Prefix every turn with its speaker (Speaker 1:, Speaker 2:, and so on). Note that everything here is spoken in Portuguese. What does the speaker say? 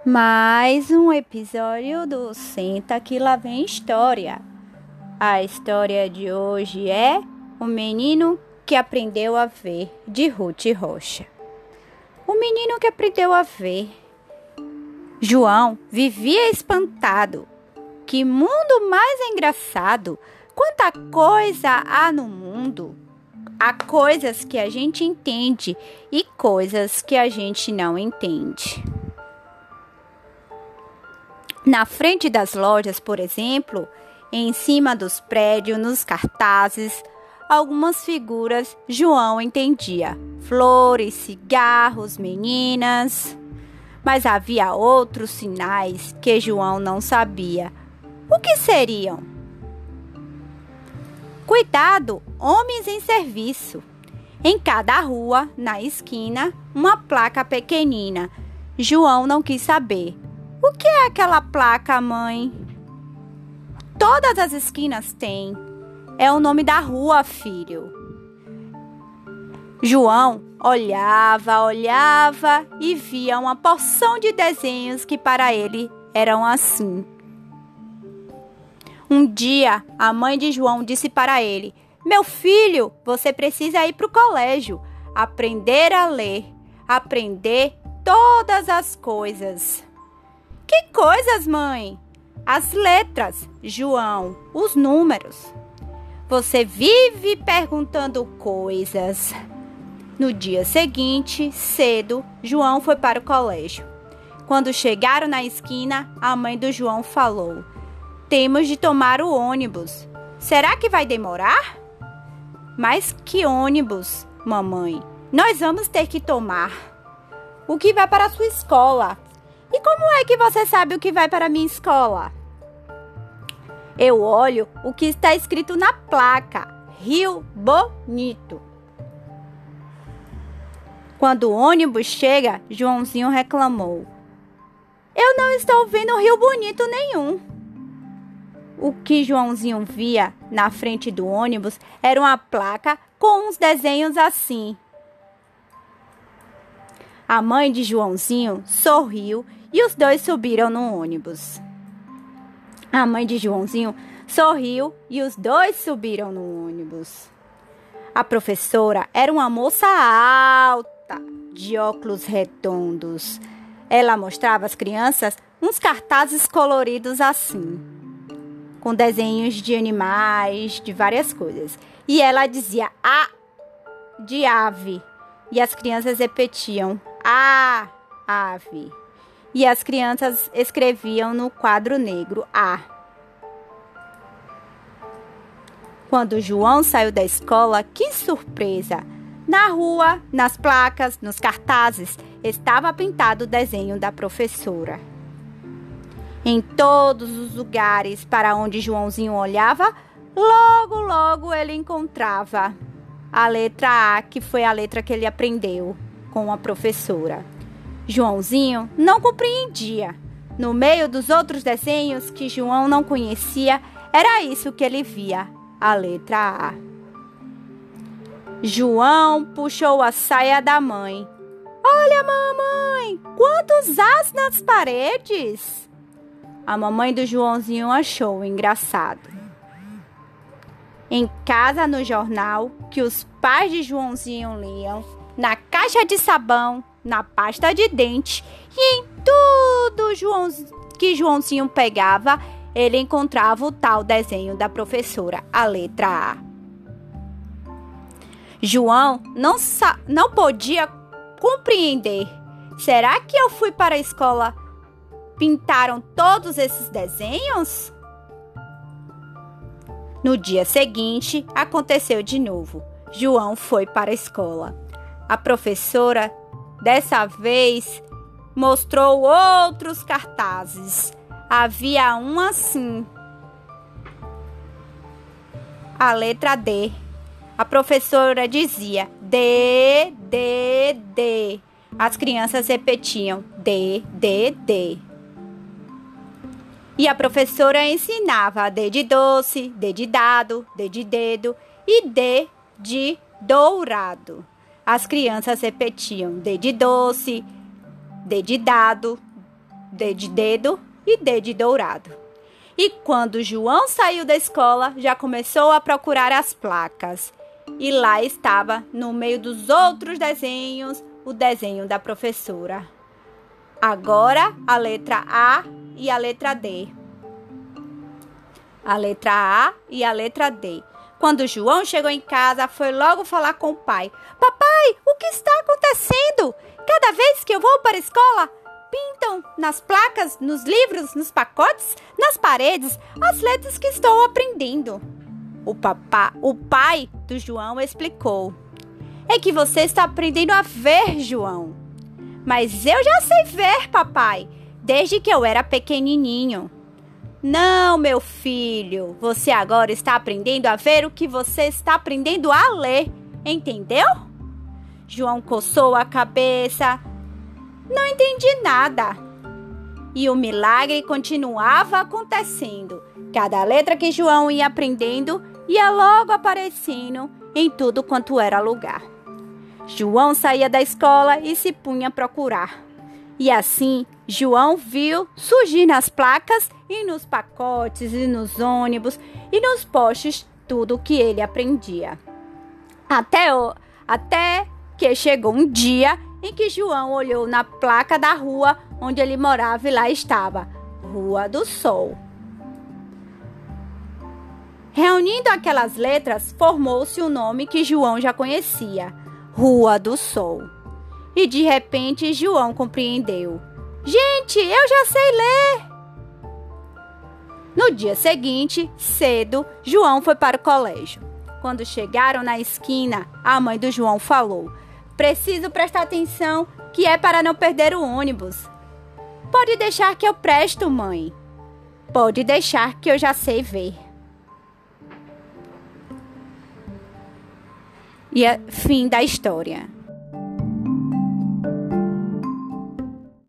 Speaker 1: Mais um episódio do Senta que lá vem história. A história de hoje é O Menino que Aprendeu a Ver, de Ruth Rocha. O menino que aprendeu a ver. João vivia espantado. Que mundo mais engraçado! Quanta coisa há no mundo! Há coisas que a gente entende e coisas que a gente não entende. Na frente das lojas, por exemplo, em cima dos prédios, nos cartazes, algumas figuras João entendia. Flores, cigarros, meninas. Mas havia outros sinais que João não sabia. O que seriam? Cuidado, homens em serviço. Em cada rua, na esquina, uma placa pequenina. João não quis saber. O que é aquela placa, mãe? Todas as esquinas têm. É o nome da rua, filho. João olhava e via uma porção de desenhos que para ele eram assim. Um dia, a mãe de João disse para ele: "Meu filho, você precisa ir para o colégio, aprender a ler, aprender todas as coisas." Que coisas, mãe? As letras, João, os números. Você vive perguntando coisas. No dia seguinte, cedo, João foi para o colégio. Quando chegaram na esquina, a mãe do João falou: "Temos de tomar o ônibus. Será que vai demorar?" "Mas que ônibus, mamãe? Nós vamos ter que tomar o que vai para a sua escola." "E como é que você sabe o que vai para a minha escola?" "Eu olho o que está escrito na placa. Rio Bonito." Quando o ônibus chega, Joãozinho reclamou: "Eu não estou vendo Rio Bonito nenhum." O que Joãozinho via na frente do ônibus era uma placa com uns desenhos assim. A mãe de Joãozinho sorriu e os dois subiram no ônibus. A mãe de Joãozinho sorriu e os dois subiram no ônibus. A professora era uma moça alta, de óculos redondos. Ela mostrava às crianças uns cartazes coloridos assim, com desenhos de animais, de várias coisas. E ela dizia "A" de ave. E as crianças repetiam "A, ave." E as crianças escreviam no quadro negro A. Quando João saiu da escola, que surpresa! Na rua, nas placas, nos cartazes, estava pintado o desenho da professora. Em todos os lugares para onde Joãozinho olhava, logo ele encontrava a letra A, que foi a letra que ele aprendeu com a professora. Joãozinho não compreendia. No meio dos outros desenhos que João não conhecia, era isso que ele via, a letra A. João puxou a saia da mãe. "Olha, mamãe, quantos As nas paredes!" A mamãe do Joãozinho achou engraçado. Em casa, no jornal que os pais de Joãozinho liam, na caixa de sabão, na pasta de dente e em tudo que Joãozinho pegava, ele encontrava o tal desenho da professora, a letra A. João não podia compreender. Será que eu fui para a escola? Pintaram todos esses desenhos? No dia seguinte, aconteceu de novo. João foi para a escola. A professora, dessa vez, mostrou outros cartazes. Havia um assim. A letra D. A professora dizia D, D, D. As crianças repetiam D, D, D. E a professora ensinava D de doce, D de dado, D de dedo e D de dourado. As crianças repetiam D de doce, D de dado, D de dedo e D de dourado. E quando João saiu da escola, já começou a procurar as placas. E lá estava, no meio dos outros desenhos, o desenho da professora. Agora a letra A e a letra D. A letra A e a letra D. Quando João chegou em casa, foi logo falar com o pai. Papai, o que está acontecendo? Cada vez que eu vou para a escola, pintam nas placas, nos livros, nos pacotes, nas paredes, as letras que estou aprendendo. O pai do João explicou. É que você está aprendendo a ver, João. Mas eu já sei ver, papai, desde que eu era pequenininho. Não, meu filho, você agora está aprendendo a ver o que você está aprendendo a ler, entendeu? João coçou a cabeça. Não entendi nada. E o milagre continuava acontecendo. Cada letra que João ia aprendendo ia logo aparecendo em tudo quanto era lugar. João saía da escola e se punha a procurar. E assim, João viu surgir nas placas e nos pacotes e nos ônibus e nos postes tudo o que ele aprendia. Até que chegou um dia em que João olhou na placa da rua onde ele morava e lá estava, Rua do Sol. Reunindo aquelas letras, formou-se o nome que João já conhecia, Rua do Sol. E de repente João compreendeu. Gente, eu já sei ler! No dia seguinte, cedo, João foi para o colégio. Quando chegaram na esquina, a mãe do João falou: preciso prestar atenção, que é para não perder o ônibus. Pode deixar que eu presto, mãe. Pode deixar que eu já sei ver. E é fim da história.